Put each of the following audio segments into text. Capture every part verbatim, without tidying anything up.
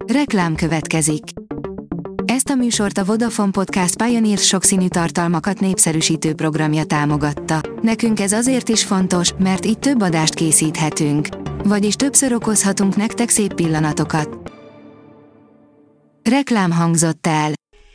Reklám következik. Ezt a műsort a Vodafone Podcast Pioneer sokszínű tartalmakat népszerűsítő programja támogatta. Nekünk ez azért is fontos, mert így több adást készíthetünk. Vagyis többször okozhatunk nektek szép pillanatokat. Reklám hangzott el.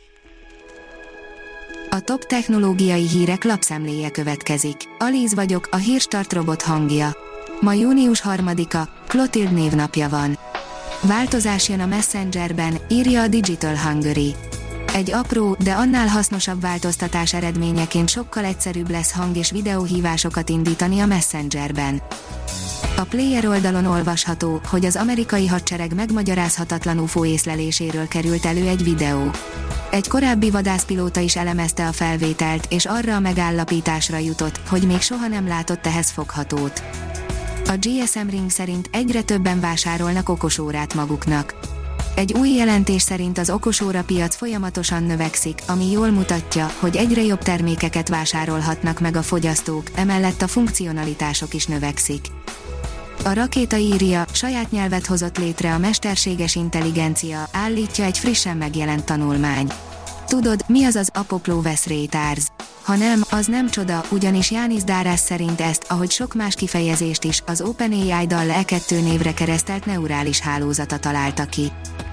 A top technológiai hírek lapszemléje következik. Alíz vagyok, a Hírstart robot hangja. Ma június harmadika, Klotild névnapja van. Változás jön a Messengerben, írja a Digital Hungary. Egy apró, de annál hasznosabb változtatás eredményeként sokkal egyszerűbb lesz hang- és videóhívásokat indítani a Messengerben. A Player oldalon olvasható, hogy az amerikai hadsereg megmagyarázhatatlan u f o észleléséről került elő egy videó. Egy korábbi vadászpilóta is elemezte a felvételt, és arra a megállapításra jutott, hogy még soha nem látott ehhez foghatót. A gé es em Ring szerint egyre többen vásárolnak okosórát maguknak. Egy új jelentés szerint az okosóra piac folyamatosan növekszik, ami jól mutatja, hogy egyre jobb termékeket vásárolhatnak meg a fogyasztók, emellett a funkcionalitások is növekszik. A Rakéta írja, saját nyelvet hozott létre a mesterséges intelligencia, állítja egy frissen megjelent tanulmány. Tudod, mi az az Apoploves Rétárz? Ha nem, az nem csoda, ugyanis Jánis Dárász szerint ezt, ahogy sok más kifejezést is, az OpenAI-dal e kettő névre keresztelt neurális hálózata találta ki.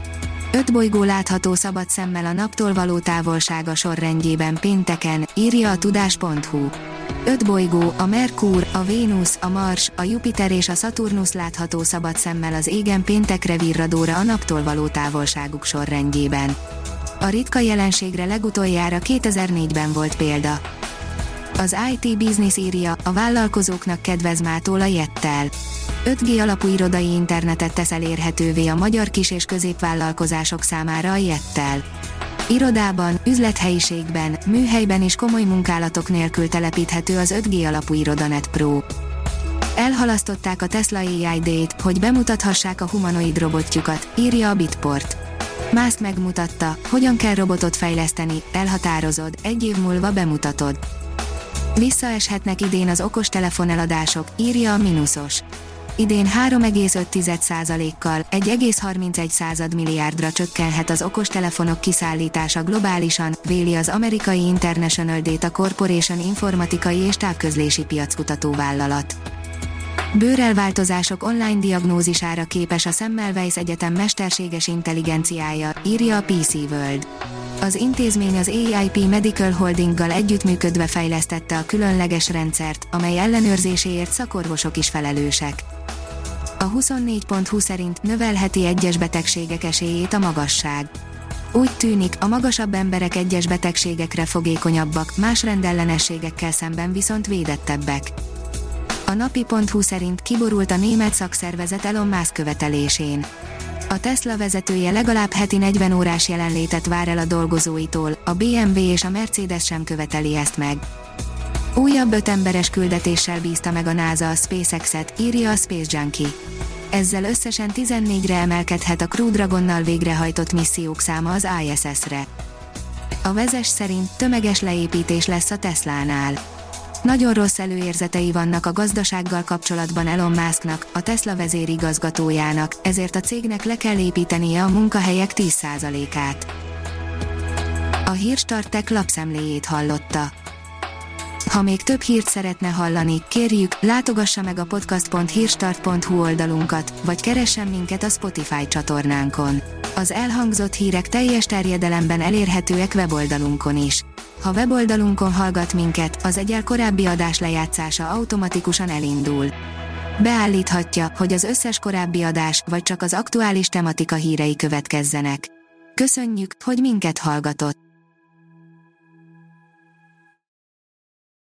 Öt bolygó látható szabad szemmel a naptól való távolsága sorrendjében pénteken, írja a tudás pont hu. Öt bolygó, a Merkur, a Vénusz, a Mars, a Jupiter és a Szaturnusz látható szabad szemmel az égen péntekre virradóra a naptól való távolságuk sorrendjében. A ritka jelenségre legutoljára kétezer-négyben volt példa. Az i té Business írja, a vállalkozóknak kedvez mától a Jettel. öt G alapú irodai internetet tesz elérhetővé a magyar kis- és középvállalkozások számára a Jettel. Irodában, üzlethelyiségben, műhelyben és komoly munkálatok nélkül telepíthető az öt G alapú Irodanet Pro. Elhalasztották a Tesla á i Day-t, hogy bemutathassák a humanoid robotjukat, írja a Bitport. Musk megmutatta, hogyan kell robotot fejleszteni, elhatározod, egy év múlva bemutatod. Visszaeshetnek idén az okostelefon eladások, írja a Minusos. Idén három egész öt százalékkal, egy egész harmincegy milliárdra csökkenhet az okostelefonok kiszállítása globálisan, véli az amerikai International Data Corporation informatikai és távközlési piackutató vállalat. Bőrelváltozások online diagnózisára képes a Semmelweis Egyetem mesterséges intelligenciája, írja a pé cé World. Az intézmény az á i pé Medical Holdinggal együttműködve fejlesztette a különleges rendszert, amely ellenőrzéséért szakorvosok is felelősek. A huszonnégy pont hu szerint növelheti egyes betegségek esélyét a magasság. Úgy tűnik, a magasabb emberek egyes betegségekre fogékonyabbak, más rendellenességekkel szemben viszont védettebbek. A napi pont hu szerint kiborult a német szakszervezet Elon Musk követelésén. A Tesla vezetője legalább heti negyven órás jelenlétet vár el a dolgozóitól, a bé em vé és a Mercedes sem követeli ezt meg. Újabb öt emberes küldetéssel bízta meg a NASA a SpaceX-et, írja a Space Junkie. Ezzel összesen tizennégyre emelkedhet a Crew Dragonnal végrehajtott missziók száma az i es es-re. A Vezes szerint tömeges leépítés lesz a Teslánál. Nagyon rossz előérzetei vannak a gazdasággal kapcsolatban Elon Musknak, a Tesla vezérigazgatójának, ezért a cégnek le kell építenie a munkahelyek tíz százalékát. A Hírstart Tech lapszemléjét hallotta. Ha még több hírt szeretne hallani, kérjük, látogassa meg a podcast pont hírstart pont hu oldalunkat, vagy keressen minket a Spotify csatornánkon. Az elhangzott hírek teljes terjedelemben elérhetőek weboldalunkon is. Ha weboldalunkon hallgat minket, az egyel korábbi adás lejátszása automatikusan elindul. Beállíthatja, hogy az összes korábbi adás, vagy csak az aktuális tematika hírei következzenek. Köszönjük, hogy minket hallgatott!